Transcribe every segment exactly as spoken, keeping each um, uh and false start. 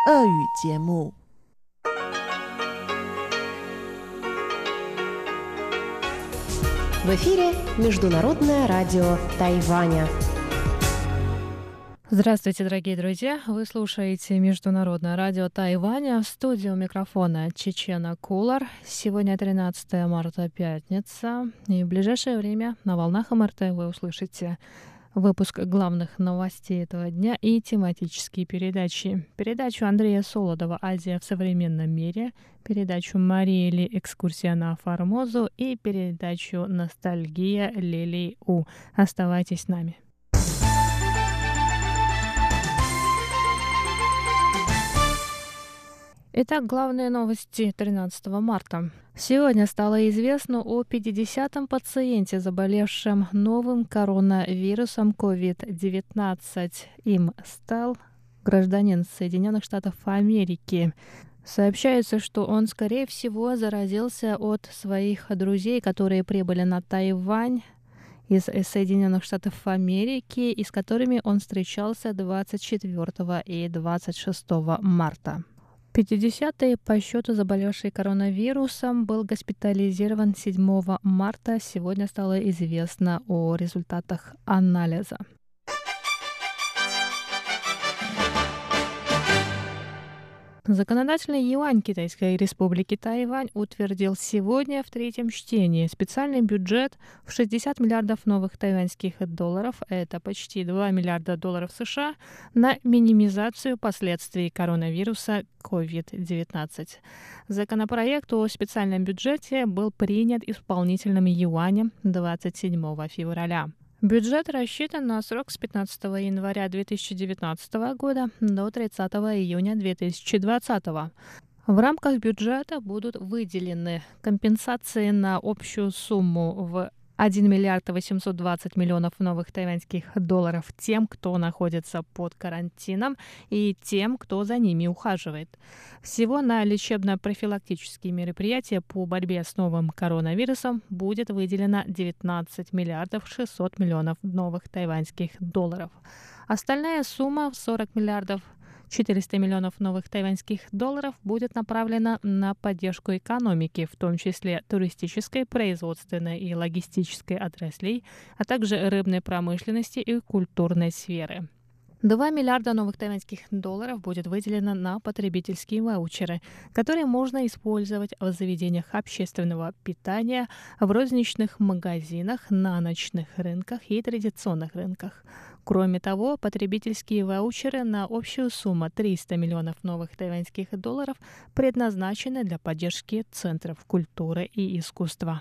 俄语节目。 В эфире Международное радио Тайваня. Здравствуйте, дорогие друзья! Вы слушаете Международное радио Тайваня. В студии у микрофона Чечена Кулар. Сегодня тринадцатое марта, пятница. И в ближайшее время на волнах эм эр тэ вы услышите выпуск главных новостей этого дня и тематические передачи. Передачу Андрея Солодова «Азия в современном мире», передачу Марии Ли «Экскурсия на Формозу» и передачу «Ностальгия» Лилии У. Оставайтесь с нами. Итак, главные новости тринадцатого марта. Сегодня стало известно о пятидесятом пациенте, заболевшем новым коронавирусом ковид девятнадцать. Им стал гражданин Соединенных Штатов Америки. Сообщается, что он, скорее всего, заразился от своих друзей, которые прибыли на Тайвань из Соединенных Штатов Америки, и с которыми он встречался двадцать четвёртого и двадцать шестого марта. пятидесятый по счету заболевший коронавирусом был госпитализирован седьмого марта. Сегодня стало известно о результатах анализа. Законодательный юань Китайской Республики Тайвань утвердил сегодня в третьем чтении специальный бюджет в шестьдесят миллиардов новых тайваньских долларов, это почти два миллиарда долларов США, на минимизацию последствий коронавируса ковид девятнадцать. Законопроект о специальном бюджете был принят исполнительным юанем двадцать седьмого февраля. Бюджет рассчитан на срок с пятнадцатого января две тысячи девятнадцатого года до тридцатого июня две тысячи двадцатого. В рамках бюджета будут выделены компенсации на общую сумму в один миллиард восемьсот двадцать миллионов новых тайваньских долларов тем, кто находится под карантином, и тем, кто за ними ухаживает. Всего на лечебно-профилактические мероприятия по борьбе с новым коронавирусом будет выделено девятнадцать миллиардов шестьсот миллионов новых тайваньских долларов. Остальная сумма в сорок миллиардов четыреста миллионов новых тайваньских долларов будет направлена на поддержку экономики, в том числе туристической, производственной и логистической отраслей, а также рыбной промышленности и культурной сферы. два миллиарда новых тайваньских долларов будет выделено на потребительские ваучеры, которые можно использовать в заведениях общественного питания, в розничных магазинах, на ночных рынках и традиционных рынках. Кроме того, потребительские ваучеры на общую сумму триста миллионов новых тайваньских долларов предназначены для поддержки центров культуры и искусства.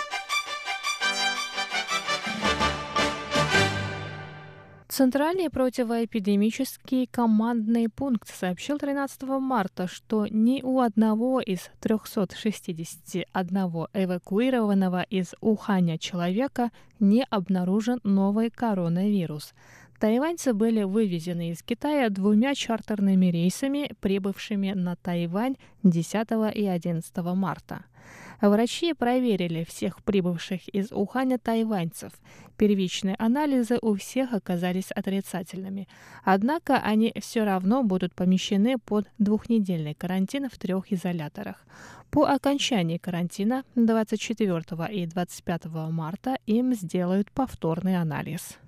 Центральный противоэпидемический командный пункт сообщил тринадцатого марта, что ни у одного из трёхсот шестидесяти одного эвакуированного из Уханя человека не обнаружен новый коронавирус. Тайваньцы были вывезены из Китая двумя чартерными рейсами, прибывшими на Тайвань десятого и одиннадцатого марта. Врачи проверили всех прибывших из Уханя тайваньцев. Первичные анализы у всех оказались отрицательными. Однако они все равно будут помещены под двухнедельный карантин в трех изоляторах. По окончании карантина двадцать четвёртого и двадцать пятого марта им сделают повторный анализ.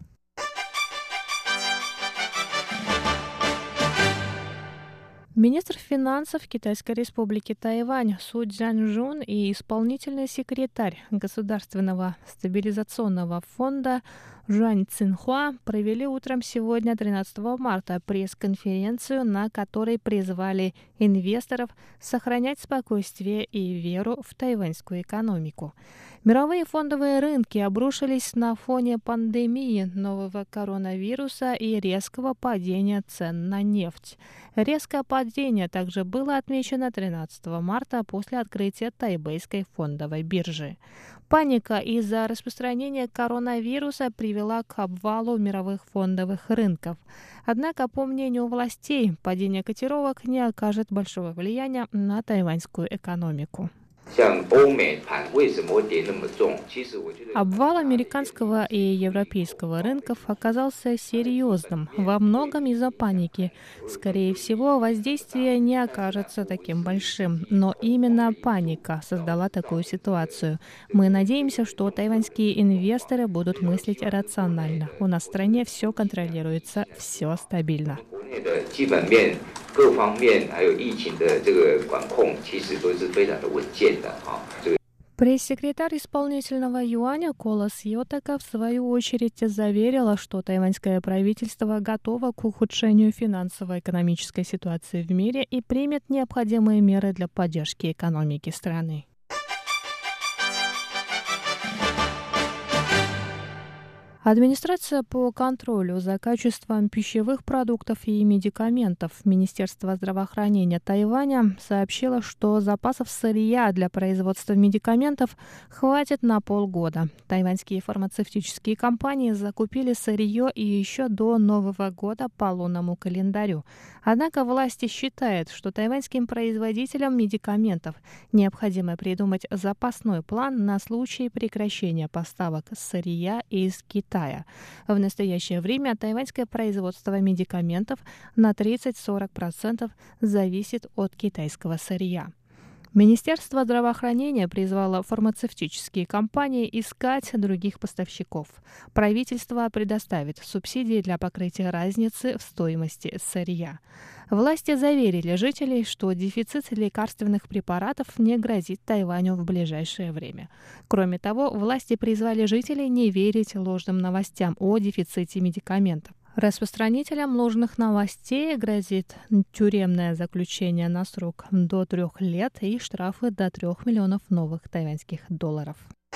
Министр финансов Китайской Республики Тайвань Су Цзяньжун и исполнительный секретарь Государственного стабилизационного фонда Жуань Цинхуа провели утром сегодня, тринадцатого марта, пресс-конференцию, на которой призвали инвесторов сохранять спокойствие и веру в тайваньскую экономику. Мировые фондовые рынки обрушились на фоне пандемии нового коронавируса и резкого падения цен на нефть. Резкое падение также было отмечено тринадцатого марта после открытия тайбэйской фондовой биржи. Паника из-за распространения коронавируса привела к обвалу мировых фондовых рынков. Однако, по мнению властей, падение котировок не окажет большого влияния на тайваньскую экономику. Обвал американского и европейского рынков оказался серьезным, во многом из-за паники. Скорее всего, воздействие не окажется таким большим, но именно паника создала такую ситуацию. Мы надеемся, что тайваньские инвесторы будут мыслить рационально. У нас в стране все контролируется, все стабильно. Пресс-секретарь исполнительного юаня Колос Йотака в свою очередь заверила, что тайваньское правительство готово к ухудшению финансово-экономической ситуации в мире и примет необходимые меры для поддержки экономики страны. Администрация по контролю за качеством пищевых продуктов и медикаментов Министерства здравоохранения Тайваня сообщила, что запасов сырья для производства медикаментов хватит на полгода. Тайваньские фармацевтические компании закупили сырье и еще до Нового года по лунному календарю. Однако власти считают, что тайваньским производителям медикаментов необходимо придумать запасной план на случай прекращения поставок сырья из Китая. В настоящее время тайваньское производство медикаментов на тридцать-сорок процентов зависит от китайского сырья. Министерство здравоохранения призвало фармацевтические компании искать других поставщиков. Правительство предоставит субсидии для покрытия разницы в стоимости сырья. Власти заверили жителей, что дефицит лекарственных препаратов не грозит Тайваню в ближайшее время. Кроме того, власти призвали жителей не верить ложным новостям о дефиците медикаментов. Распространителям ложных новостей грозит тюремное заключение на срок до трех лет и штрафы до трех миллионов новых тайваньских долларов.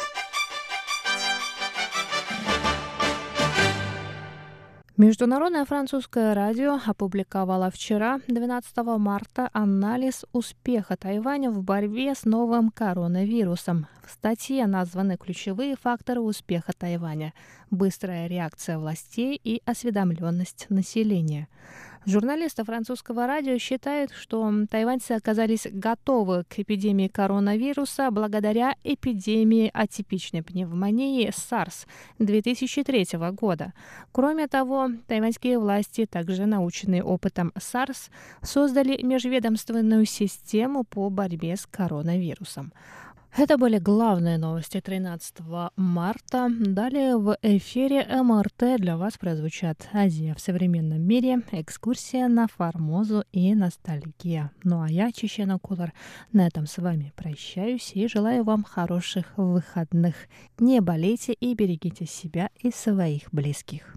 Международное французское радио опубликовало вчера, двенадцатого марта, анализ успеха Тайваня в борьбе с новым коронавирусом. В статье названы ключевые факторы успеха Тайваня: быстрая реакция властей и осведомленность населения. Журналисты французского радио считают, что тайваньцы оказались готовы к эпидемии коронавируса благодаря эпидемии атипичной пневмонии SARS две тысячи третьего года. Кроме того, тайваньские власти, также наученные опытом SARS, создали межведомственную систему по борьбе с коронавирусом. Это были главные новости тринадцатого марта. Далее в эфире эм эр тэ для вас прозвучат «Азия в современном мире», экскурсия на Формозу и ностальгия. Ну а я, Чечена Кулар, на этом с вами прощаюсь и желаю вам хороших выходных. Не болейте и берегите себя и своих близких.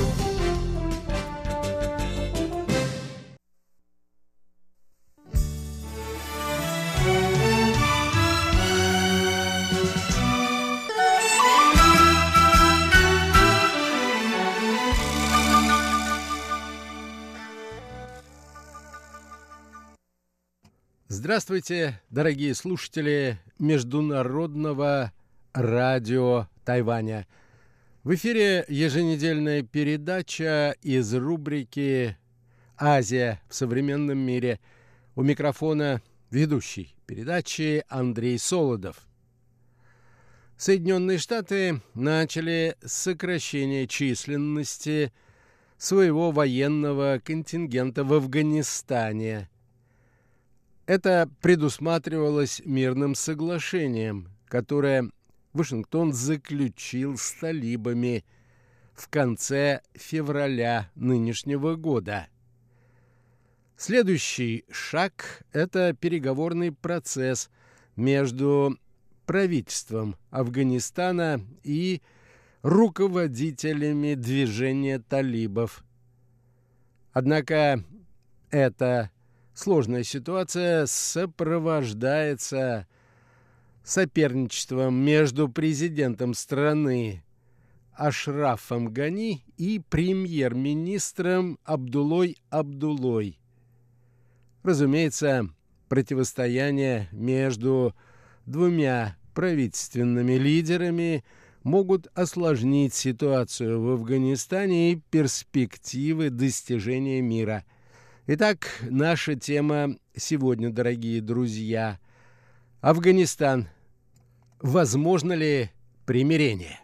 Здравствуйте, дорогие слушатели Международного радио Тайваня. В эфире еженедельная передача из рубрики «Азия в современном мире». У микрофона ведущий передачи Андрей Солодов. Соединенные Штаты начали сокращение численности своего военного контингента в Афганистане. Это предусматривалось мирным соглашением, которое Вашингтон заключил с талибами в конце февраля нынешнего года. Следующий шаг – это переговорный процесс между правительством Афганистана и руководителями движения талибов. Однако это сложная ситуация сопровождается соперничеством между президентом страны Ашрафом Гани и премьер-министром Абдулой Абдулой. Разумеется, противостояние между двумя правительственными лидерами могут осложнить ситуацию в Афганистане и перспективы достижения мира. Итак, наша тема сегодня, дорогие друзья, Афганистан. Возможно ли примирение?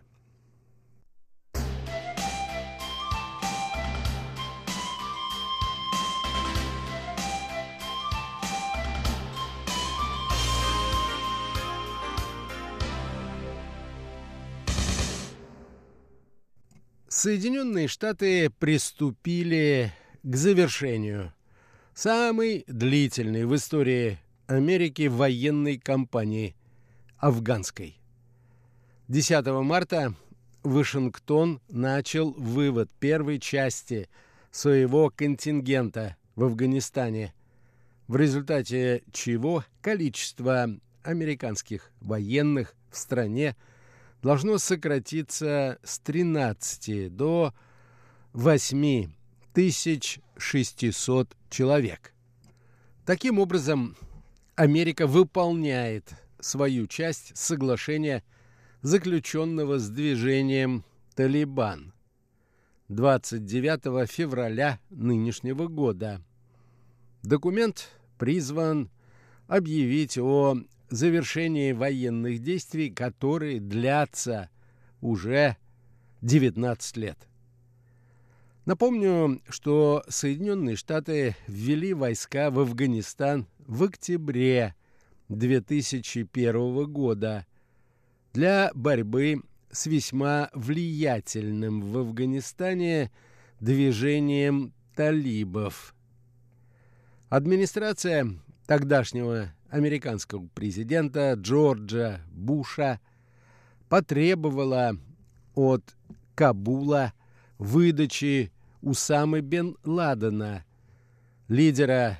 Соединенные Штаты приступили к завершению самой длительной в истории Америки военной кампании афганской. десятого марта Вашингтон начал вывод первой части своего контингента в Афганистане, в результате чего количество американских военных в стране должно сократиться с тринадцати до восьми тысяч шестисот человек. Таким образом, Америка выполняет свою часть соглашения, заключенного с движением «Талибан» двадцать девятого февраля нынешнего года. Документ призван объявить о завершении военных действий, которые длятся уже девятнадцать лет. Напомню, что Соединенные Штаты ввели войска в Афганистан в октябре две тысячи первого года для борьбы с весьма влиятельным в Афганистане движением талибов. Администрация тогдашнего американского президента Джорджа Буша потребовала от Кабула выдачи Усамы бен Ладена, лидера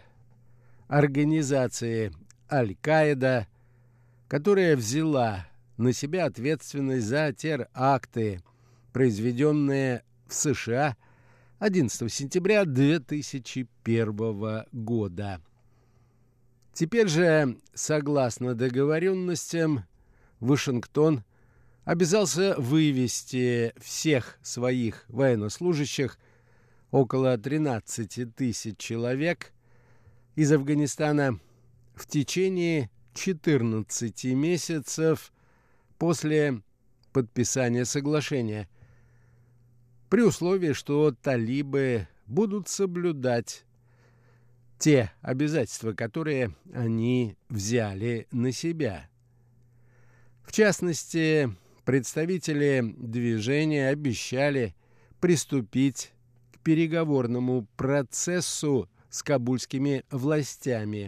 организации Аль-Каида, которая взяла на себя ответственность за теракты, произведенные в США одиннадцатого сентября две тысячи первого года. Теперь же, согласно договоренностям, Вашингтон обязался вывести всех своих военнослужащих, около тринадцати тысяч человек, из Афганистана в течение четырнадцати месяцев после подписания соглашения, при условии, что талибы будут соблюдать те обязательства, которые они взяли на себя. В частности, представители движения обещали приступить к переговорному процессу с кабульскими властями.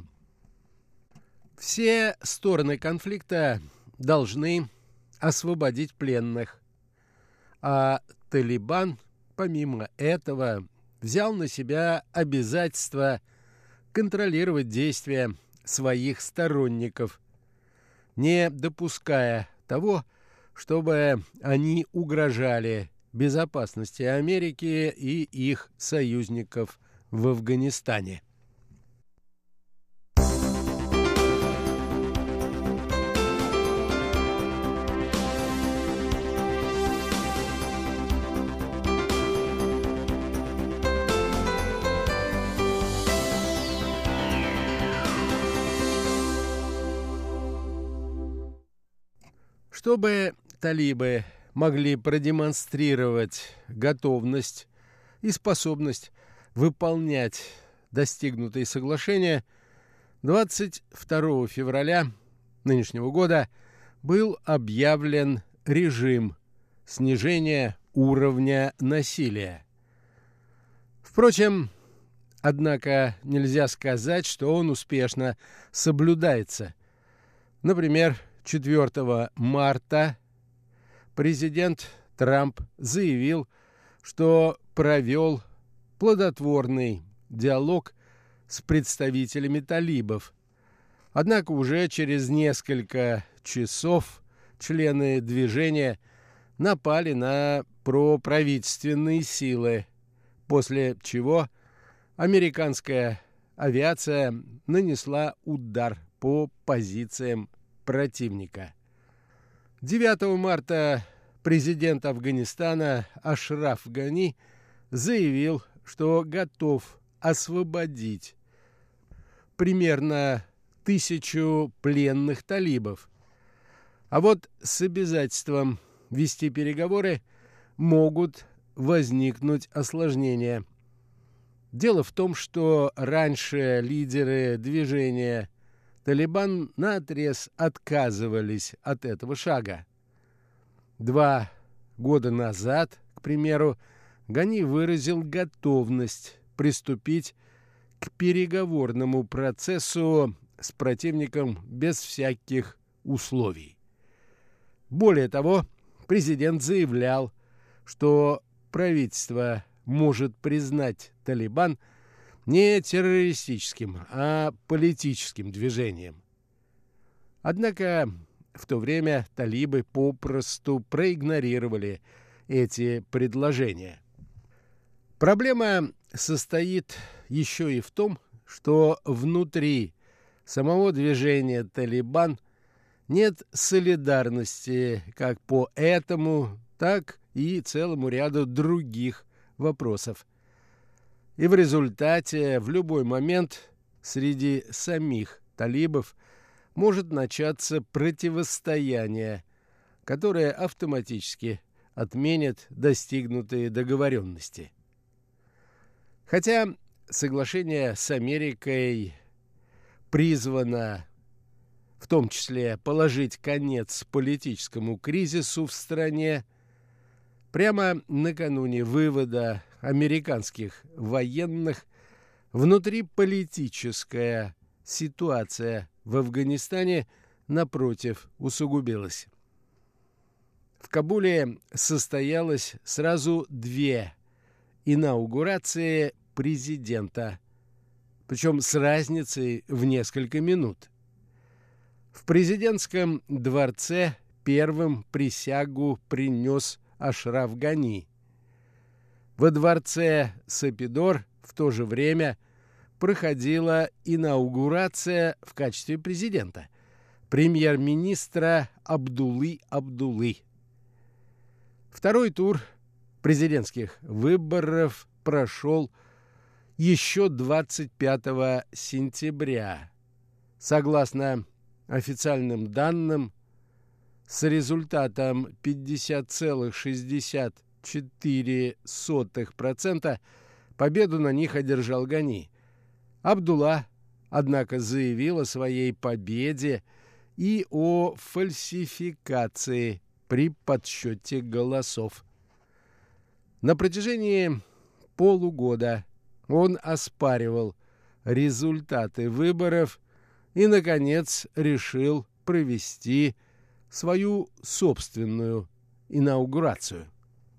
Все стороны конфликта должны освободить пленных, а Талибан, помимо этого, взял на себя обязательство контролировать действия своих сторонников, не допуская того, чтобы они угрожали безопасности Америки и их союзников в Афганистане. Чтобы талибы могли продемонстрировать готовность и способность выполнять достигнутые соглашения, двадцать второго февраля нынешнего года был объявлен режим снижения уровня насилия. Впрочем, однако нельзя сказать, что он успешно соблюдается. Например, четвёртого марта президент Трамп заявил, что провел плодотворный диалог с представителями талибов. Однако уже через несколько часов члены движения напали на проправительственные силы, после чего американская авиация нанесла удар по позициям противника. девятого марта президент Афганистана Ашраф Гани заявил, что готов освободить примерно тысячу пленных талибов. А вот с обязательством вести переговоры могут возникнуть осложнения. Дело в том, что раньше лидеры движения «Талибан» наотрез отказывались от этого шага. Два года назад, к примеру, Гани выразил готовность приступить к переговорному процессу с противником без всяких условий. Более того, президент заявлял, что правительство может признать «Талибан» не террористическим, а политическим движением. Однако в то время талибы попросту проигнорировали эти предложения. Проблема состоит еще и в том, что внутри самого движения «Талибан» нет солидарности как по этому, так и целому ряду других вопросов. И в результате в любой момент среди самих талибов может начаться противостояние, которое автоматически отменит достигнутые договоренности. Хотя соглашение с Америкой призвано в том числе положить конец политическому кризису в стране, прямо накануне вывода американских военных внутриполитическая ситуация в Афганистане, напротив, усугубилась. В Кабуле состоялось сразу две инаугурации президента, причем с разницей в несколько минут. В президентском дворце первым присягу принес Ашраф Гани. Во дворце Сапидор в то же время проходила инаугурация в качестве президента премьер-министра Абдуллы Абдуллы. Второй тур президентских выборов прошел еще двадцать пятого сентября. Согласно официальным данным, с результатом пятьдесят целых шестьдесят четыре сотых процента победу на них одержал Гани. Абдулла, однако, заявил о своей победе и о фальсификации при подсчете голосов. На протяжении полугода он оспаривал результаты выборов и, наконец, решил провести свою собственную инаугурацию.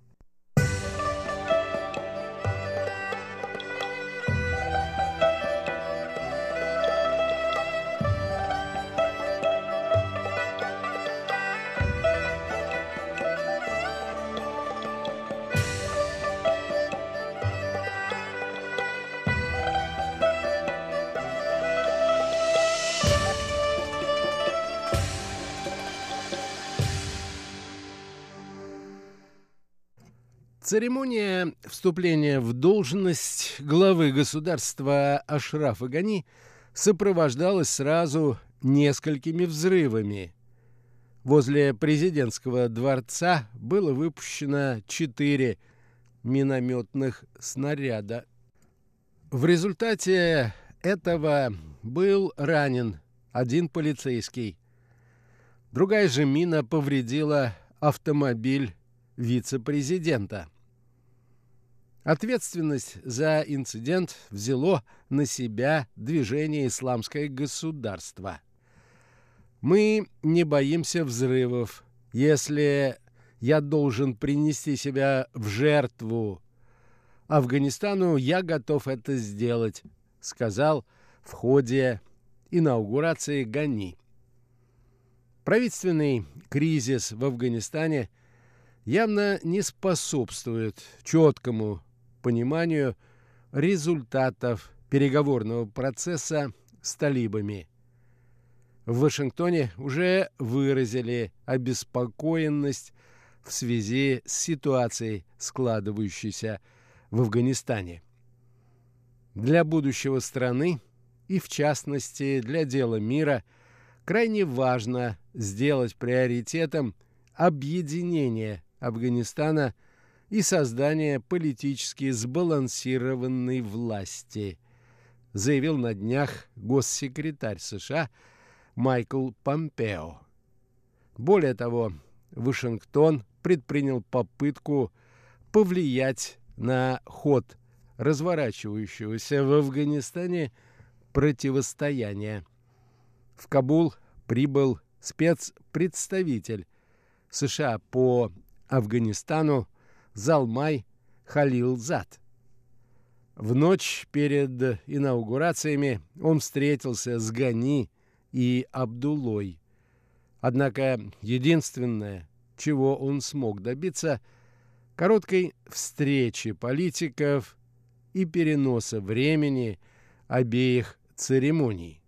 Церемония вступления в должность главы государства Ашрафа Гани сопровождалась сразу несколькими взрывами. Возле президентского дворца было выпущено четыре минометных снаряда. В результате этого был ранен один полицейский. Другая же мина повредила автомобиль вице-президента. Ответственность за инцидент взяло на себя движение «Исламское государство». Мы не боимся взрывов. Если я должен принести себя в жертву Афганистану, я готов это сделать, сказал в ходе инаугурации Гани. Правительственный кризис в Афганистане явно не способствует четкому пониманию результатов переговорного процесса с талибами. В Вашингтоне уже выразили обеспокоенность в связи с ситуацией, складывающейся в Афганистане. Для будущего страны и, в частности, для дела мира, крайне важно сделать приоритетом объединение Афганистана и создание политически сбалансированной власти, заявил на днях госсекретарь США Майкл Помпео. Более того, Вашингтон предпринял попытку повлиять на ход разворачивающегося в Афганистане противостояния. В Кабул прибыл спецпредставитель США по Афганистану Залмай Халилзад. В ночь перед инаугурациями он встретился с Гани и Абдуллой. Однако единственное, чего он смог добиться, короткой встречи политиков и переноса времени обеих церемоний.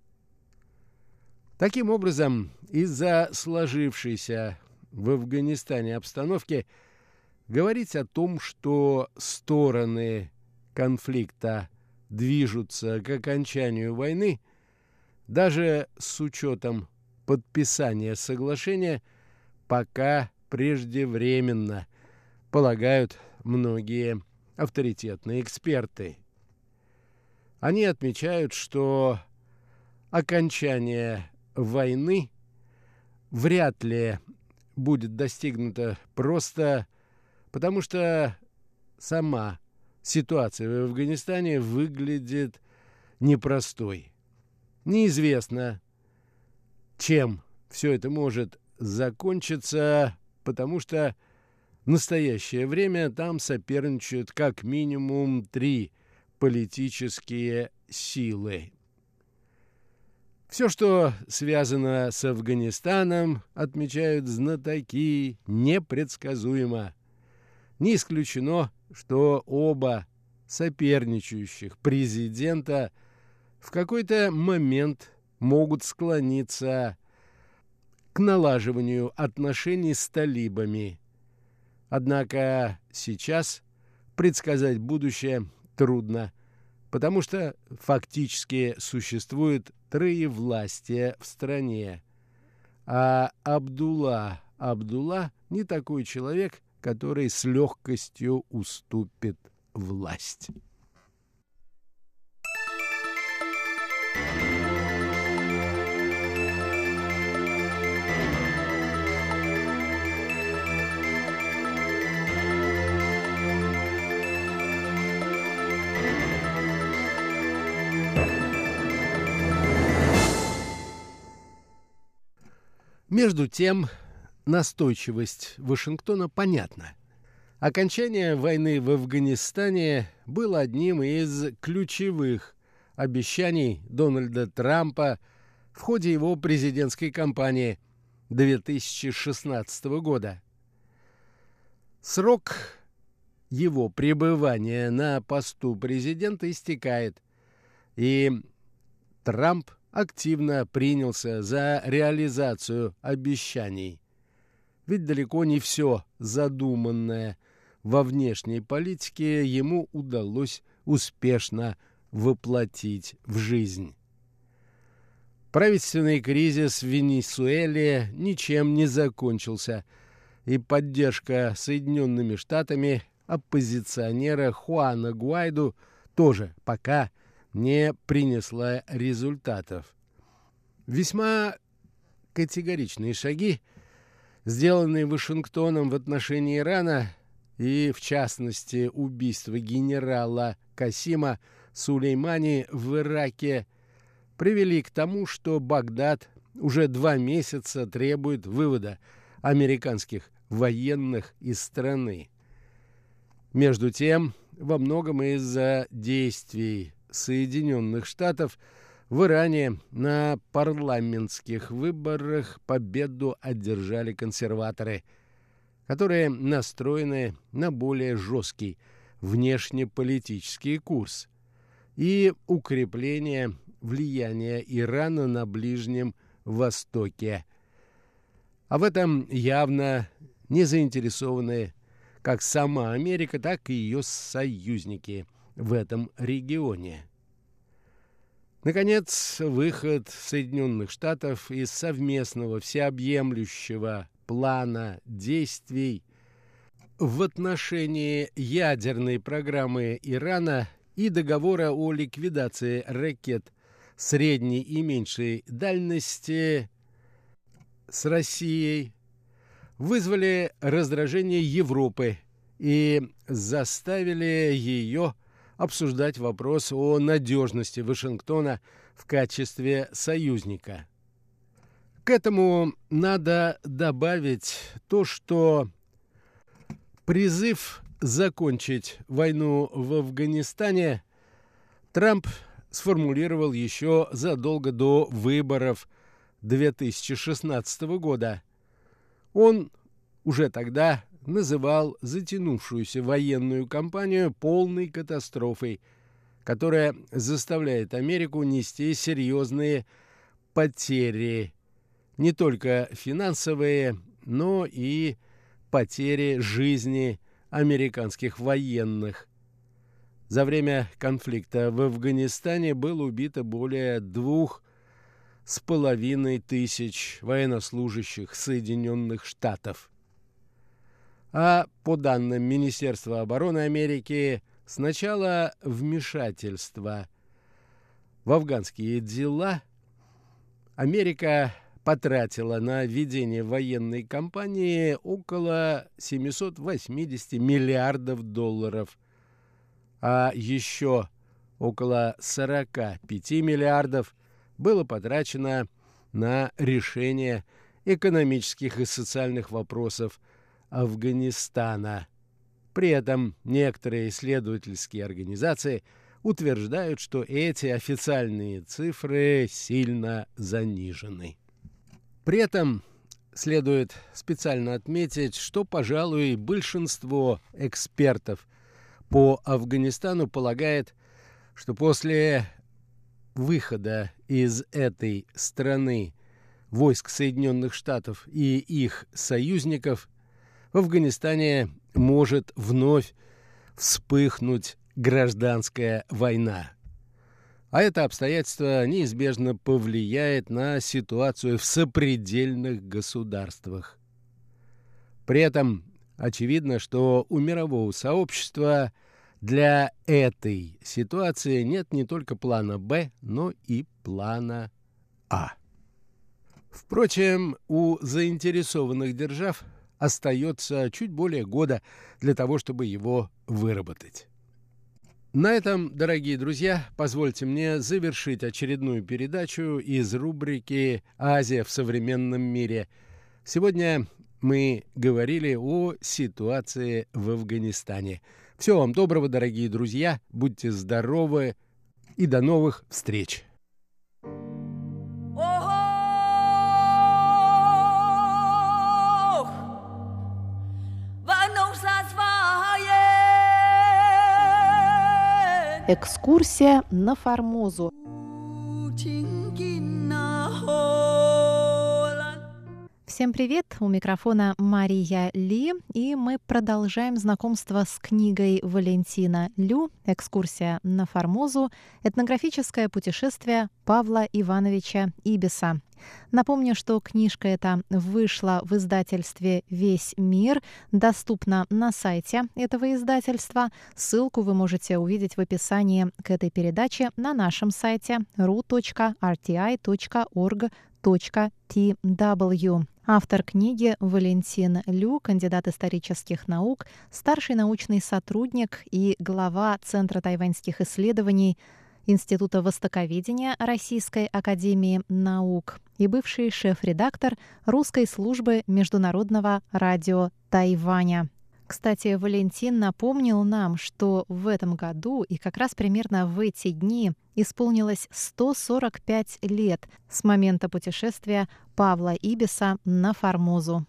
Таким образом, из-за сложившейся в Афганистане обстановки говорить о том, что стороны конфликта движутся к окончанию войны, даже с учетом подписания соглашения, пока преждевременно, полагают многие авторитетные эксперты. Они отмечают, что окончание войны вряд ли будет достигнуто просто потому, что сама ситуация в Афганистане выглядит непростой. Неизвестно, чем все это может закончиться, потому что в настоящее время там соперничают как минимум три политические силы. Все, что связано с Афганистаном, отмечают знатоки, непредсказуемо. Не исключено, что оба соперничающих президента в какой-то момент могут склониться к налаживанию отношений с талибами. Однако сейчас предсказать будущее трудно, потому что фактически существует троевластие в стране. А Абдулла Абдулла не такой человек, который с легкостью уступит власть. Между тем, настойчивость Вашингтона понятна. Окончание войны в Афганистане было одним из ключевых обещаний Дональда Трампа в ходе его президентской кампании две тысячи шестнадцатого года. Срок его пребывания на посту президента истекает, и Трамп активно принялся за реализацию обещаний. Ведь далеко не все задуманное во внешней политике ему удалось успешно воплотить в жизнь. Правительственный кризис в Венесуэле ничем не закончился, и поддержка Соединенными Штатами оппозиционера Хуана Гуайдо тоже пока не принесла результатов. Весьма категоричные шаги, сделанные Вашингтоном в отношении Ирана, и, в частности, убийство генерала Касима Сулеймани в Ираке, привели к тому, что Багдад уже два месяца требует вывода американских военных из страны. Между тем, во многом из-за действий Соединенных Штатов в Иране на парламентских выборах победу одержали консерваторы, которые настроены на более жесткий внешнеполитический курс и укрепление влияния Ирана на Ближнем Востоке. А в этом явно не заинтересованы как сама Америка, так и ее союзники в этом регионе. Наконец, выход Соединенных Штатов из совместного всеобъемлющего плана действий в отношении ядерной программы Ирана и договора о ликвидации ракет средней и меньшей дальности с Россией вызвали раздражение Европы и заставили ее обсуждать вопрос о надежности Вашингтона в качестве союзника. К этому надо добавить то, что призыв закончить войну в Афганистане Трамп сформулировал еще задолго до выборов две тысячи шестнадцатого года. Он уже тогда называл затянувшуюся военную кампанию полной катастрофой, которая заставляет Америку нести серьезные потери, не только финансовые, но и потери жизни американских военных. За время конфликта в Афганистане было убито более двух с половиной тысяч военнослужащих Соединенных Штатов. А по данным Министерства обороны Америки, с начала вмешательства в афганские дела Америка потратила на ведение военной кампании около семьсот восемьдесят миллиардов долларов, а еще около сорок пять миллиардов было потрачено на решение экономических и социальных вопросов Афганистана. При этом некоторые исследовательские организации утверждают, что эти официальные цифры сильно занижены. При этом следует специально отметить, что, пожалуй, большинство экспертов по Афганистану полагает, что после выхода из этой страны войск Соединенных Штатов и их союзников в Афганистане может вновь вспыхнуть гражданская война. А это обстоятельство неизбежно повлияет на ситуацию в сопредельных государствах. При этом очевидно, что у мирового сообщества для этой ситуации нет не только плана «Б», но и плана «А». Впрочем, у заинтересованных держав остается чуть более года для того, чтобы его выработать. На этом, дорогие друзья, позвольте мне завершить очередную передачу из рубрики «Азия в современном мире». Сегодня мы говорили о ситуации в Афганистане. Всего вам доброго, дорогие друзья, будьте здоровы и до новых встреч! Экскурсия на Формозу. Всем привет! У микрофона Мария Ли, и мы продолжаем знакомство с книгой Валентина Лю «Экскурсия на Формозу. Этнографическое путешествие Павла Ивановича Ибиса». Напомню, что книжка эта вышла в издательстве «Весь мир», доступна на сайте этого издательства. Ссылку вы можете увидеть в описании к этой передаче на нашем сайте ру точка ар ти ай точка орг точка ти дабл ю. Автор книги Валентин Лю, кандидат исторических наук, старший научный сотрудник и глава Центра тайваньских исследований Института востоковедения Российской академии наук и бывший шеф-редактор русской службы Международного радио Тайваня. Кстати, Валентин напомнил нам, что в этом году и как раз примерно в эти дни исполнилось сто сорок пять лет с момента путешествия Павла Ибиса на Формозу.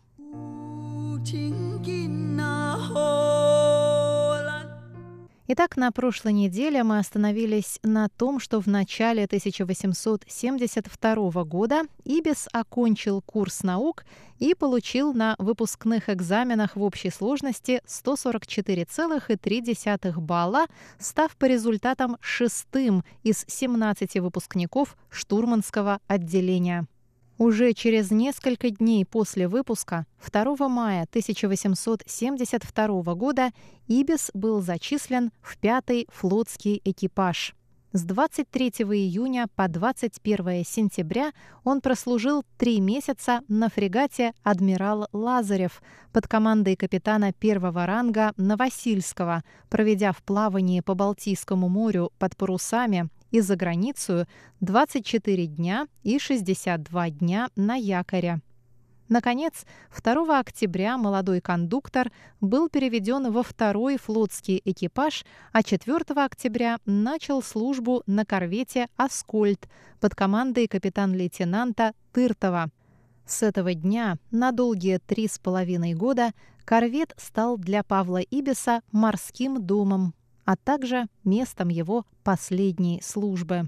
Итак, на прошлой неделе мы остановились на том, что в начале тысяча восемьсот семьдесят второго года Ибис окончил курс наук и получил на выпускных экзаменах в общей сложности сто сорок четыре целых три десятых балла, став по результатам шестым из семнадцати выпускников штурманского отделения. Уже через несколько дней после выпуска, второго мая тысяча восемьсот семьдесят второго года, Ибис был зачислен в пятый флотский экипаж. С двадцать третьего июня по двадцать первое сентября он прослужил три месяца на фрегате «Адмирал Лазарев» под командой капитана первого ранга Новосильского, проведя в плавании по Балтийскому морю под парусами и за границу двадцать четыре дня и шестьдесят два дня на якоре. Наконец, второго октября молодой кондуктор был переведен во второй флотский экипаж, а четвёртого октября начал службу на корвете «Аскольд» под командой капитан-лейтенанта Тыртова. С этого дня на долгие три с половиной года корвет стал для Павла Ибиса морским домом, а также местом его последней службы.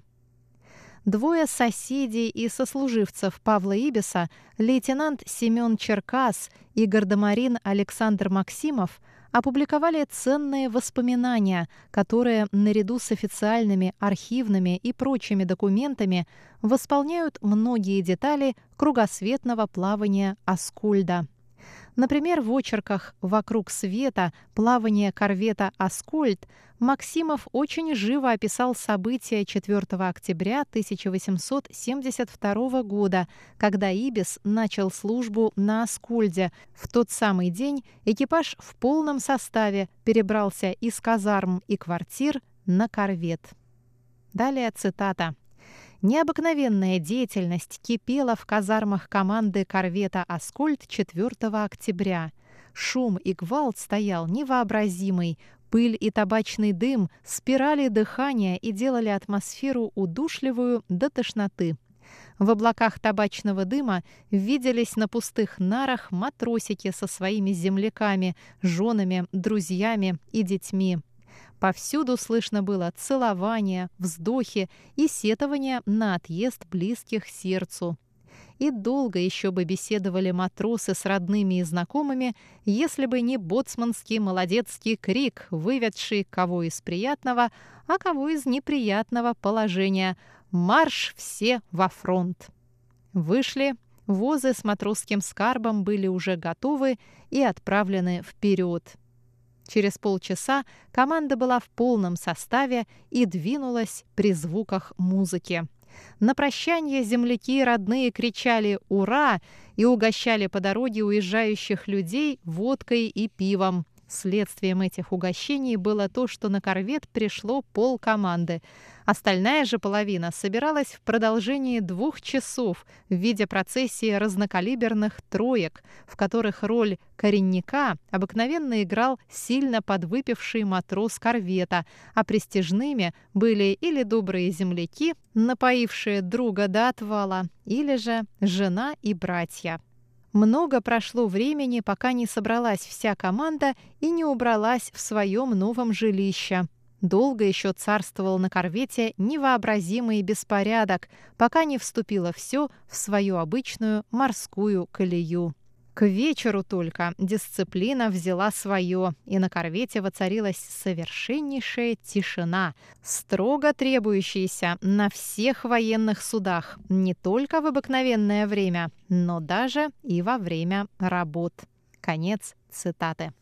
Двое соседей и сослуживцев Павла Ибиса, лейтенант Семен Черкас и гардемарин Александр Максимов, опубликовали ценные воспоминания, которые, наряду с официальными архивными и прочими документами, восполняют многие детали кругосветного плавания «Аскольда». Например, в очерках «Вокруг света. Плавание корвета «Аскольд» Максимов очень живо описал события четвёртого октября тысяча восемьсот семьдесят второго года, когда Ибис начал службу на «Аскольде». В тот самый день экипаж в полном составе перебрался из казарм и квартир на корвет. Далее цитата. Необыкновенная деятельность кипела в казармах команды корвета «Аскольд» четвёртого октября. Шум и гвалт стоял невообразимый. Пыль и табачный дым спирали дыхания и делали атмосферу удушливую до тошноты. В облаках табачного дыма виделись на пустых нарах матросики со своими земляками, женами, друзьями и детьми. Повсюду слышно было целование, вздохи и сетование на отъезд близких сердцу. И долго еще бы беседовали матросы с родными и знакомыми, если бы не боцманский молодецкий крик, выведший кого из приятного, а кого из неприятного положения: «Марш все во фронт!». Вышли, возы с матросским скарбом были уже готовы и отправлены вперед. Через полчаса команда была в полном составе и двинулась при звуках музыки. На прощание земляки и родные кричали «Ура!» и угощали по дороге уезжающих людей водкой и пивом. Следствием этих угощений было то, что на корвет пришло полкоманды. Остальная же половина собиралась в продолжении двух часов в виде процессии разнокалиберных троек, в которых роль коренника обыкновенно играл сильно подвыпивший матрос корвета, а престижными были или добрые земляки, напоившие друга до отвала, или же жена и братья. Много прошло времени, пока не собралась вся команда и не убралась в своем новом жилище. Долго еще царствовал на корвете невообразимый беспорядок, пока не вступило все в свою обычную морскую колею. К вечеру только дисциплина взяла свое, и на корвете воцарилась совершеннейшая тишина, строго требующаяся на всех военных судах, не только в обыкновенное время, но даже и во время работ. Конец цитаты.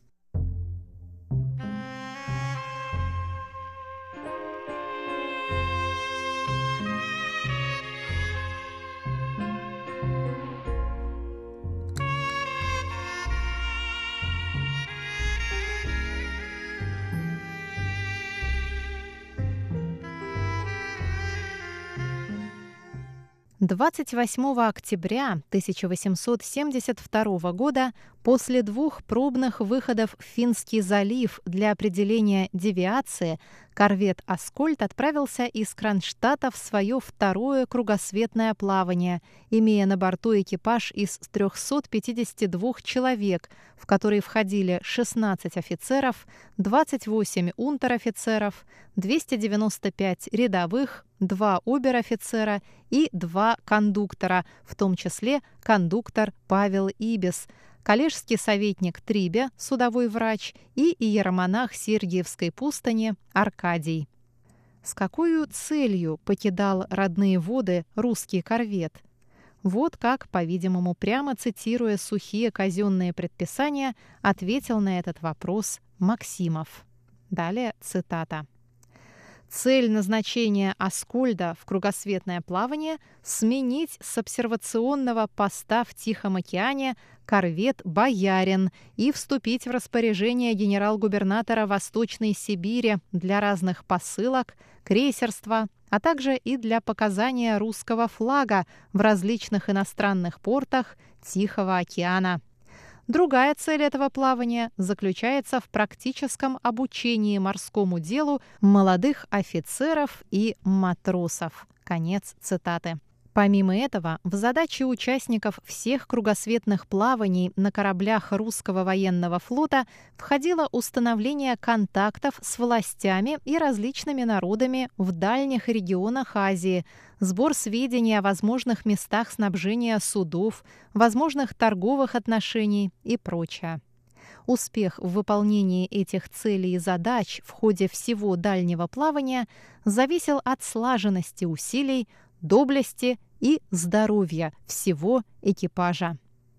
двадцать восьмого октября тысяча восемьсот семьдесят второго года, после двух пробных выходов в Финский залив для определения девиации, Корвет «Аскольд» отправился из Кронштадта в свое второе кругосветное плавание, имея на борту экипаж из трёхсот пятидесяти двух человек, в который входили шестнадцать офицеров, двадцать восемь унтер-офицеров, двести девяносто пять рядовых, два обер-офицера и два кондуктора, в том числе кондуктор Павел Ибис, коллежский советник Трибе, судовой врач, и иеромонах Сергиевской пустыни Аркадий. С какой целью покидал родные воды русский корвет? Вот как, по-видимому, прямо цитируя сухие казенные предписания, ответил на этот вопрос Максимов. Далее цитата. Цель назначения «Аскольда» в кругосветное плавание – сменить с обсервационного поста в Тихом океане корвет «Боярин» и вступить в распоряжение генерал-губернатора Восточной Сибири для разных посылок, крейсерства, а также и для показания русского флага в различных иностранных портах Тихого океана. Другая цель этого плавания заключается в практическом обучении морскому делу молодых офицеров и матросов. Конец цитаты. Помимо этого, в задачи участников всех кругосветных плаваний на кораблях русского военного флота входило установление контактов с властями и различными народами в дальних регионах Азии, сбор сведений о возможных местах снабжения судов, возможных торговых отношений и прочее. Успех в выполнении этих целей и задач в ходе всего дальнего плавания зависел от слаженности усилий, доблести и здоровья всего экипажа.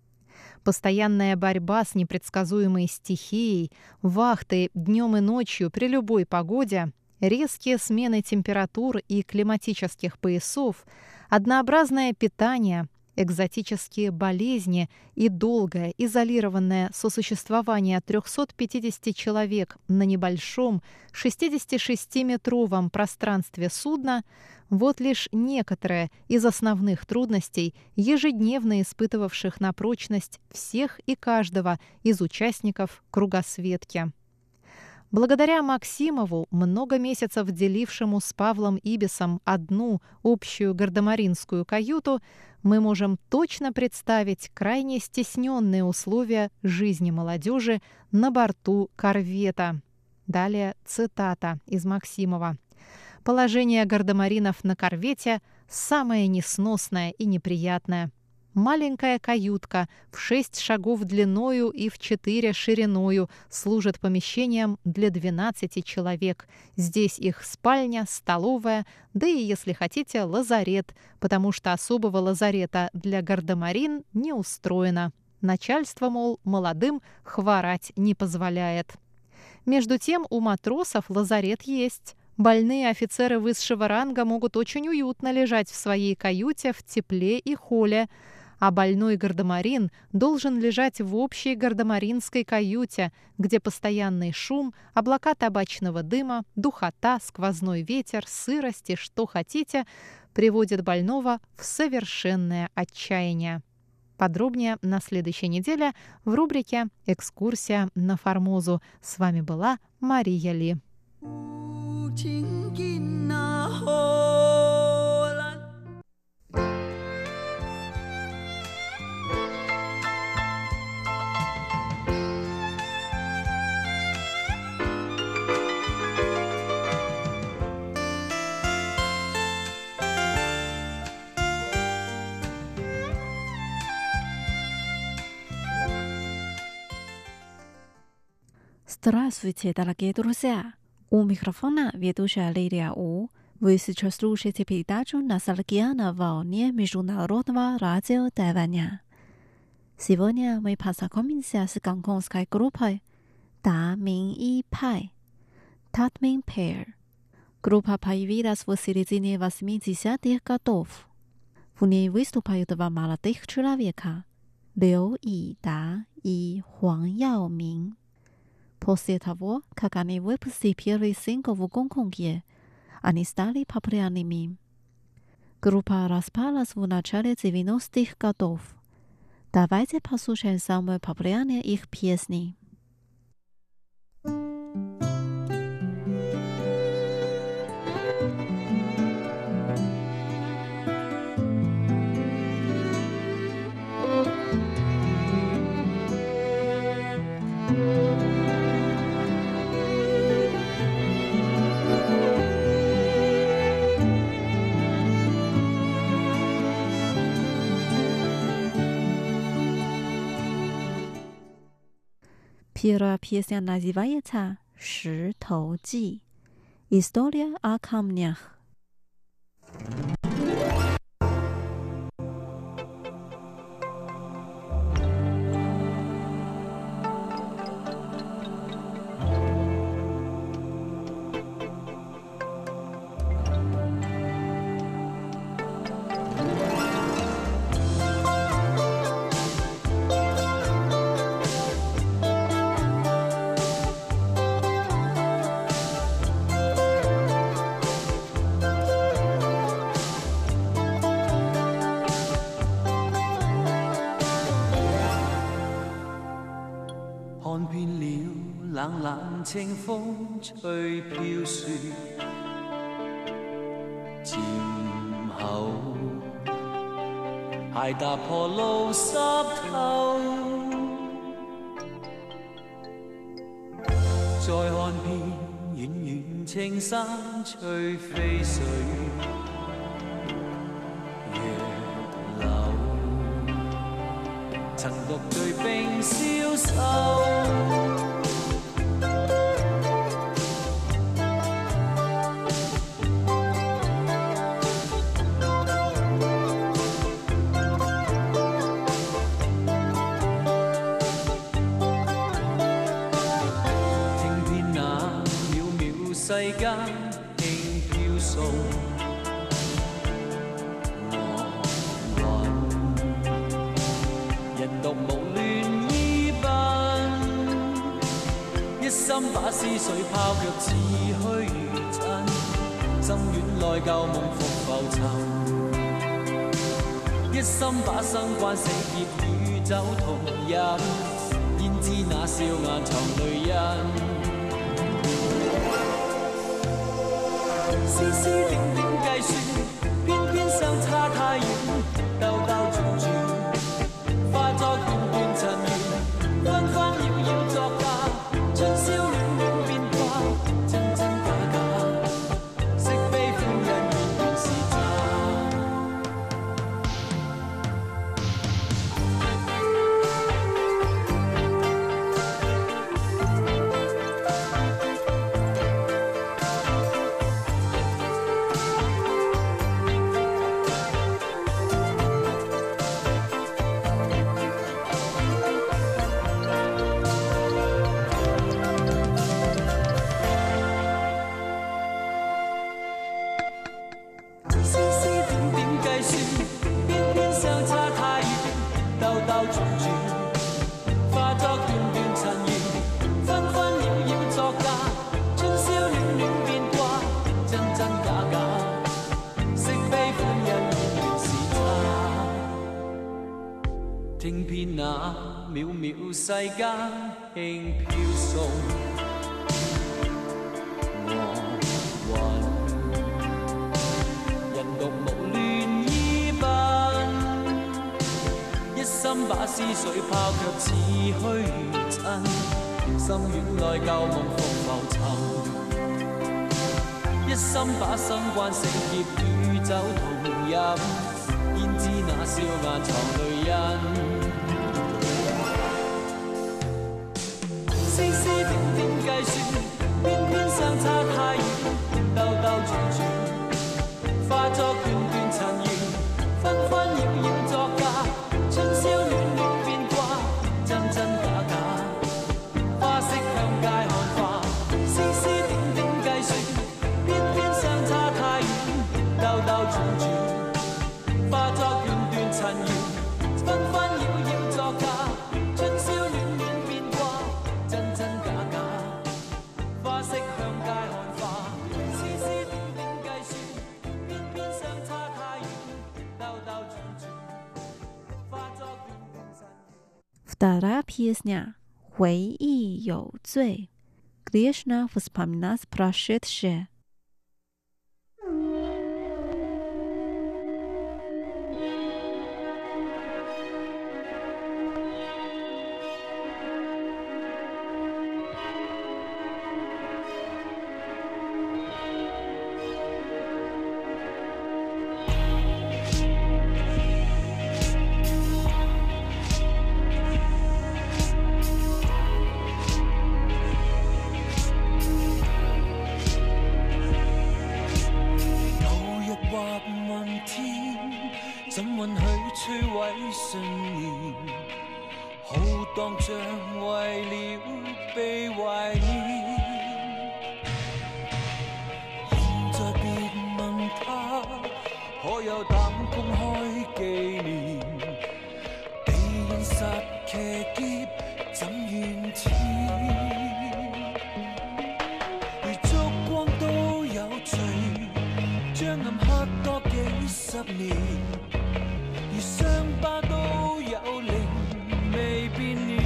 Постоянная борьба с непредсказуемой стихией, вахты днем и ночью при любой погоде, резкие смены температур и климатических поясов, однообразное питание, экзотические болезни и долгое изолированное сосуществование трёхсот пятидесяти человек на небольшом шестидесятишестиметровом пространстве судна – вот лишь некоторые из основных трудностей, ежедневно испытывавших на прочность всех и каждого из участников кругосветки. Благодаря Максимову, много месяцев делившему с Павлом Ибисом одну общую гардемаринскую каюту, мы можем точно представить крайне стесненные условия жизни молодежи на борту корвета. Далее цитата из Максимова. Положение гардемаринов на корвете самое несносное и неприятное. Маленькая каютка в шесть шагов длиною и в четыре шириною служит помещением для двенадцати человек. Здесь их спальня, столовая, да и, если хотите, лазарет, потому что особого лазарета для гардемарин не устроено. Начальство, мол, молодым хворать не позволяет. Между тем у матросов лазарет есть. Больные офицеры высшего ранга могут очень уютно лежать в своей каюте в тепле и холе, а больной гардемарин должен лежать в общей гардемаринской каюте, где постоянный шум, облака табачного дыма, духота, сквозной ветер, сырость и что хотите приводит больного в совершенное отчаяние. Подробнее на следующей неделе в рубрике «Экскурсия на Формозу». С вами была Мария Ли. Здравствуйте, дорогие друзья! У микрофона ведущая Лилия У. Вы сейчас слушаете передачу «Ностальгия на волне» Международного радио Тайваня. Сегодня мы познакомимся с гонконгской группой Да Мин И Пай Татмин Pair. Группа появилась в середине восьмидесятых годов. В ней выступают два молодых человека – Лю И-да и Хуан Яомин. После того, как они выпустили первый сингл в Гонконге, они стали популярными. Группа распалась в начале девяностых годов. Давайте послушаем самые популярные их песни. Первая песня называется «Ши Тоу Ji» История о камнях. 冷冷清風吹飄雪，漸後鞋踏破路濕透，再看遍遠遠青山翠飛水，月流曾獨對冰消瘦。世間輕飄送我雲，人獨無亂依奔，一心把思緒拋卻似虛真，心軟內舊夢復浮沉，一心把生關死劫與酒同飲，焉知那笑顏藏淚印。絲絲點點計算，偏偏相差太遠，兜兜轉轉，化作段段塵緣，紛紛擾擾作假，春宵暖暖變卦，真真假假，惜悲歡欣原原是詐。聽遍那渺渺世間輕飄送我雲，人獨無亂依奔，一心把思緒拋卻似虛真，心軟內舊夢復浮沉，一心把生關死劫與酒同飲，焉知那笑顏藏淚印。絲絲點點計算，偏偏相差太遠，兜兜轉轉，化作段段塵緣，紛紛擾擾作假，春宵暖暖變卦，真真假假，花色向街看花。絲絲點點計算，偏偏相差太遠，兜兜轉轉，化作段段塵緣，紛紛擾擾作假，春宵暖暖變卦，真真假假，花色向街看花。絲絲點點計算，偏偏相差太遠，兜兜轉轉，化作段段塵緣。 Вторая песня «回忆有罪» Грешно вспоминать прошедшее. 許摧毀信念，浩蕩像為了被懷念。現在別問他，可有膽公開紀念？被現實騎劫，怎怨天？如燭光都有罪，將暗黑多幾十年，而傷疤都有靈未變現。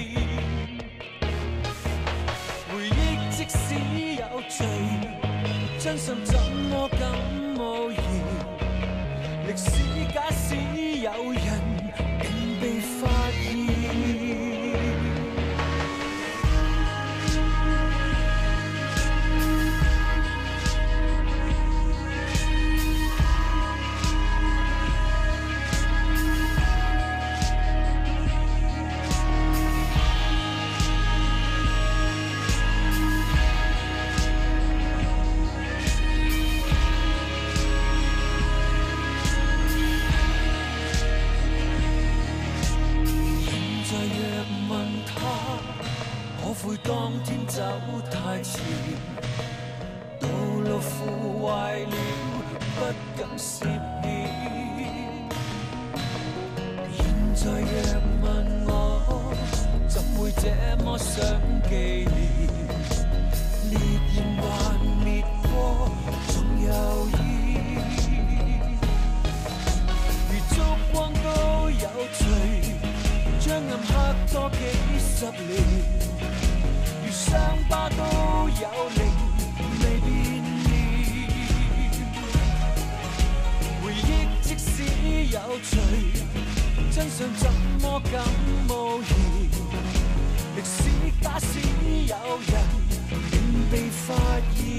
回憶即使有罪，真相怎麼敢冒言？歷史假使有人竟被發現。當天走太前，道路腐壞了，不敢涉險。現在若問我，怎會這麼想紀念？烈焰還滅過，總有煙。如燭光都有罪，將暗黑多幾十年。傷疤都有靈未變現，回憶即使有罪，真相怎麼敢冒言？歷史假使有人竟被發現，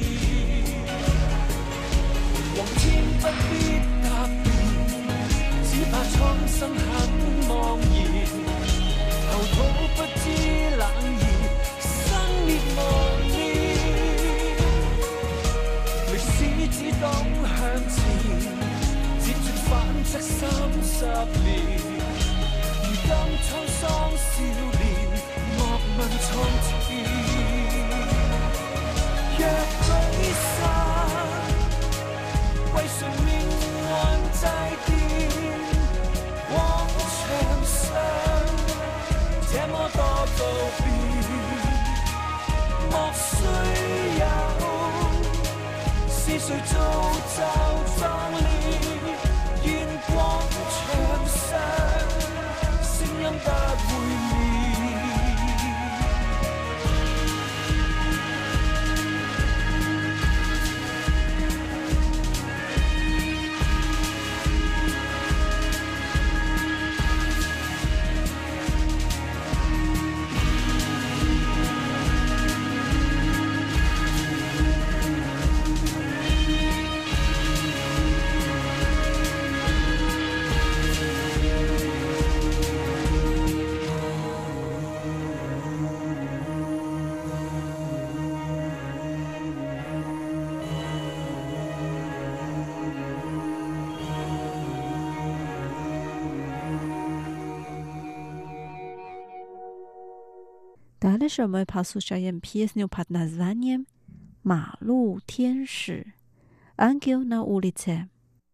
皇天不必答辯，只怕蒼生很茫然，後土不知冷熱。滅亡了，歷史只懂向前，輾轉反側三十年。如今滄桑少年，莫問從前。若舉山，為誰命運祭奠？廣場上，這麼多道別。莫須有，是誰造就壯烈？願廣場上聲音不會滅。 Дальше мы послушаем песню под названием «Малу Тенши» «Ангел на улице».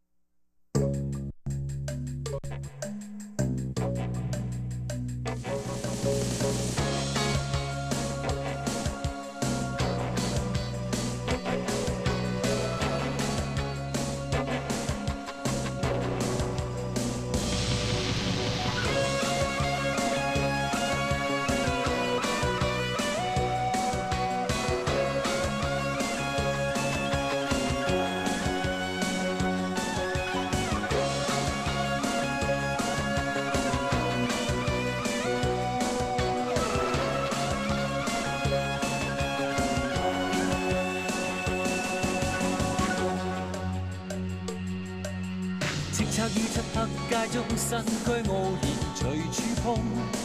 於漆黑街中，身軀傲然隨處碰，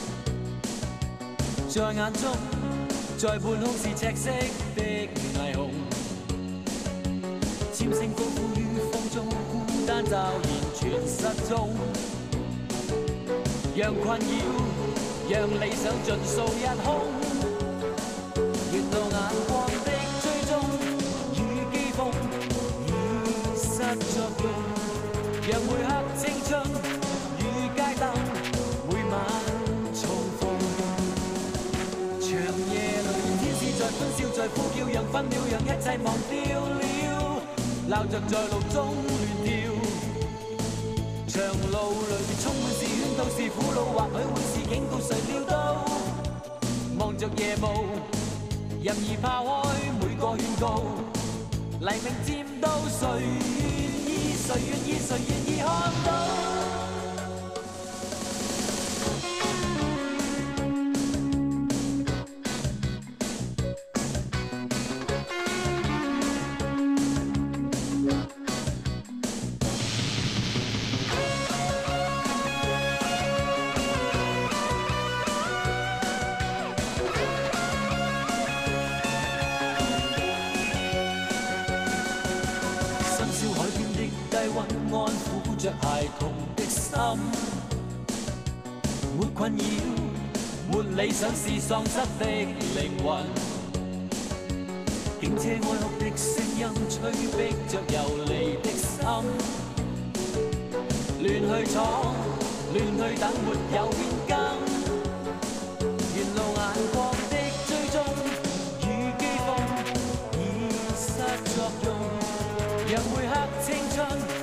在眼中，在半空是赤色的霓虹，尖聲高呼於風中，孤山驟然全失蹤，讓困擾，讓理想盡數一空，沿路眼光的追蹤與譏諷已失作用，讓每刻青春與街燈每晚重逢，長夜裏天使在歡笑在呼叫，讓分秒讓一切忘掉了，鬧着在路中亂跳，長路裏充滿是圈套是苦惱，或許會是警告，誰料到望着夜霧，任意拋開每個勸告，黎明漸到，誰願意誰願意誰願意看到。着孩童的心，沒困擾，沒理想是喪失的靈魂。警車哀哭的聲音，催逼着遊離的心，亂去闖，亂去等，沒有變更。沿路眼光的追蹤與譏諷已失作用，讓每刻青春。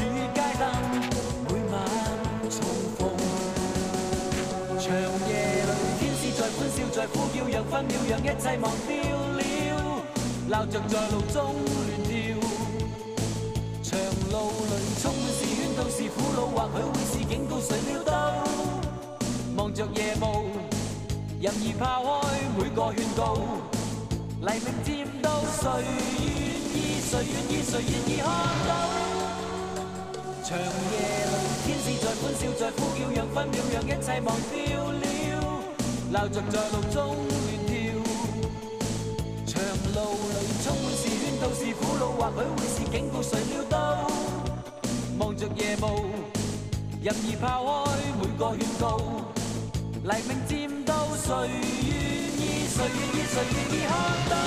歡笑在呼叫，讓分秒讓一切忘掉了，鬧着在路中亂跳，長路裏充滿是圈套是苦惱，或許會是警告，誰料到望着夜霧，任意拋開每個勸告，黎明漸到，誰願意誰願意誰願意看到。長夜裏天使在歡笑在呼叫，讓分秒讓一切忘掉了，鬧着在路中亂跳，長路裏充滿是圈套是苦惱，或許會是警告，誰料到望着夜霧，任意拋開每個勸告，黎明漸到，誰願意誰願意誰願意看到。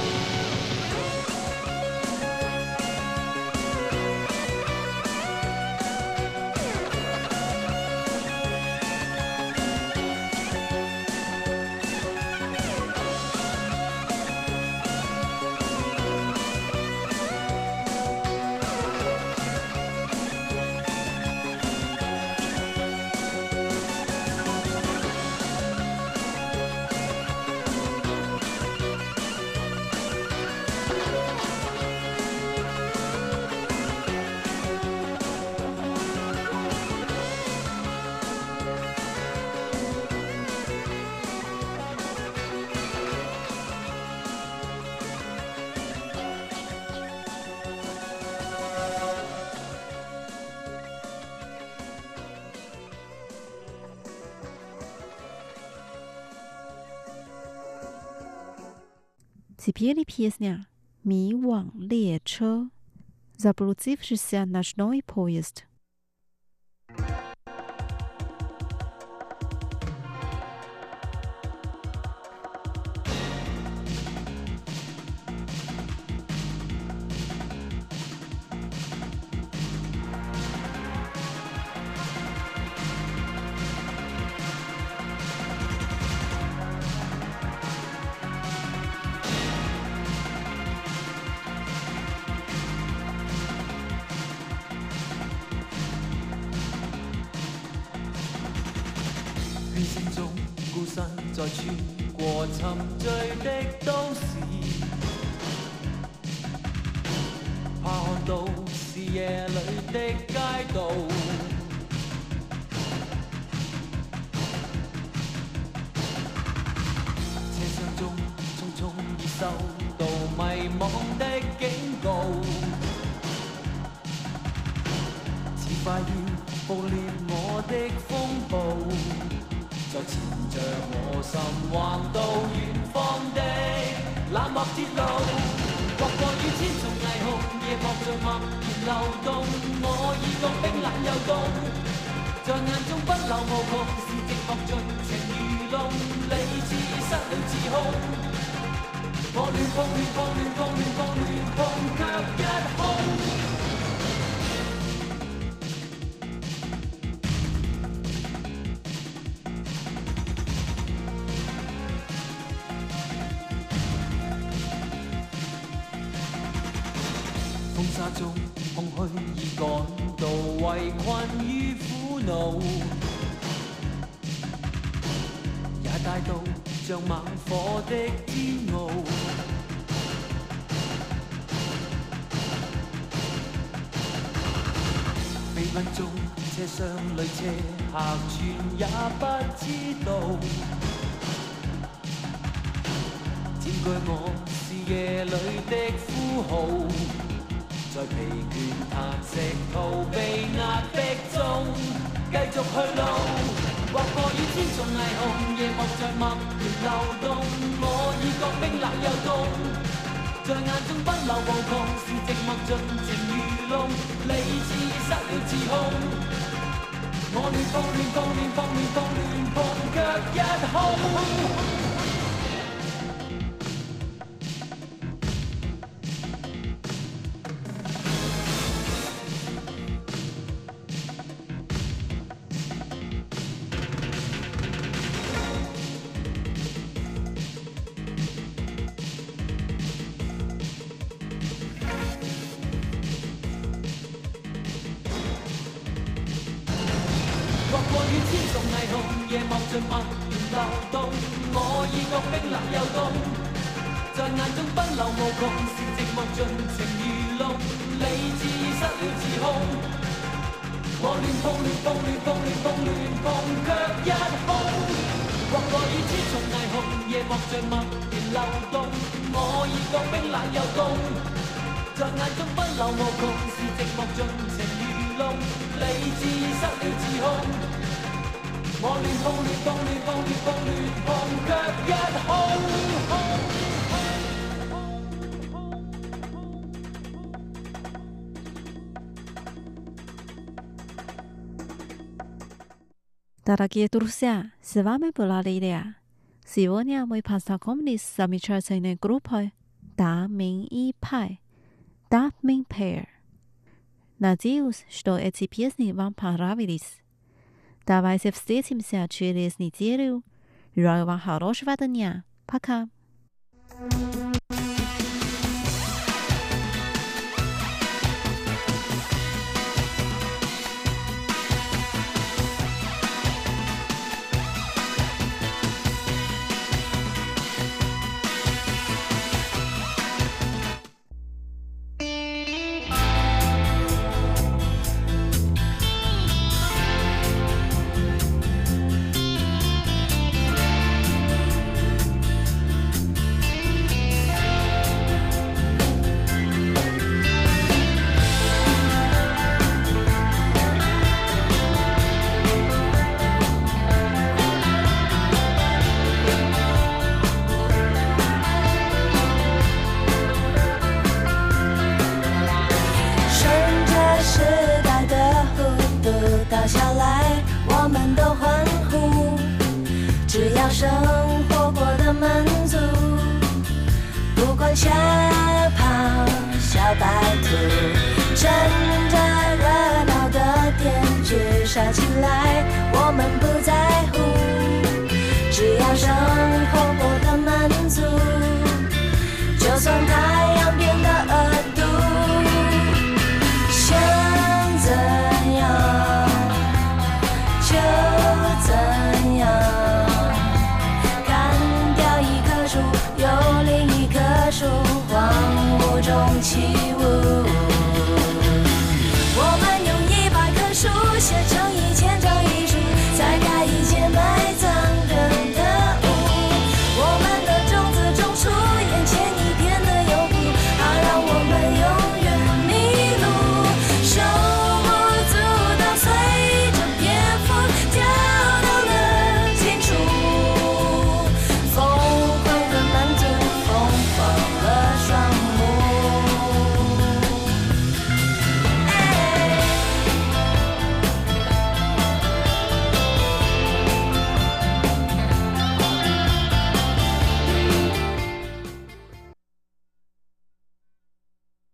Теперь песня «Ми-Ван列車», заблудившийся ночной поезд. 在穿過沉醉的都市，怕看到視野裏的街道，車廂中匆匆已收到迷惘的警告，似快要暴裂我的風暴。在纏着我心，橫到遠方的冷漠鐵路。 過雨千重霓虹，夜幕像默然流動，我已覺冰冷又凍，在眼中不留無窮，是寂寞盡情愚弄，理智失了自控。我亂碰亂碰亂碰亂碰亂碰，卻一空。風沙中空虛已趕到，圍困於苦惱，也帶到像猛火的煎熬。飛奔中車廂裏車客全也不知道，佔據我視野裏的呼號。在疲倦嘆息逃避壓迫中繼續去路，劃過雨千重霓虹，夜幕在默然流動，我已覺冰冷又凍，在眼中不留無窮，是寂寞盡情愚弄，理智失了自控。我亂碰亂碰亂碰亂碰亂碰，卻一空。劃過雨千重霓虹，夜幕像默然流動，我已覺冰冷又凍，在眼中不留無窮，是寂寞盡情愚弄，理智失了自控。我亂碰亂碰亂碰亂碰亂碰，卻一空。劃過雨千重霓虹，夜幕像默然流動，我已覺冰冷又凍，在眼中不留無窮，是寂寞盡情愚弄，理智失了自控。我亂碰亂碰亂碰亂碰亂碰，卻一空。 Дорогие друзья, с вами была Лилия. Сегодня мы познакомились с замечательной группой Да Мин и Пай, Da Ming Pair. Надеюсь, что эти песни вам понравились. Давайте встретимся через неделю. Желаю вам хорошего дня. Пока. Shine起来，我们不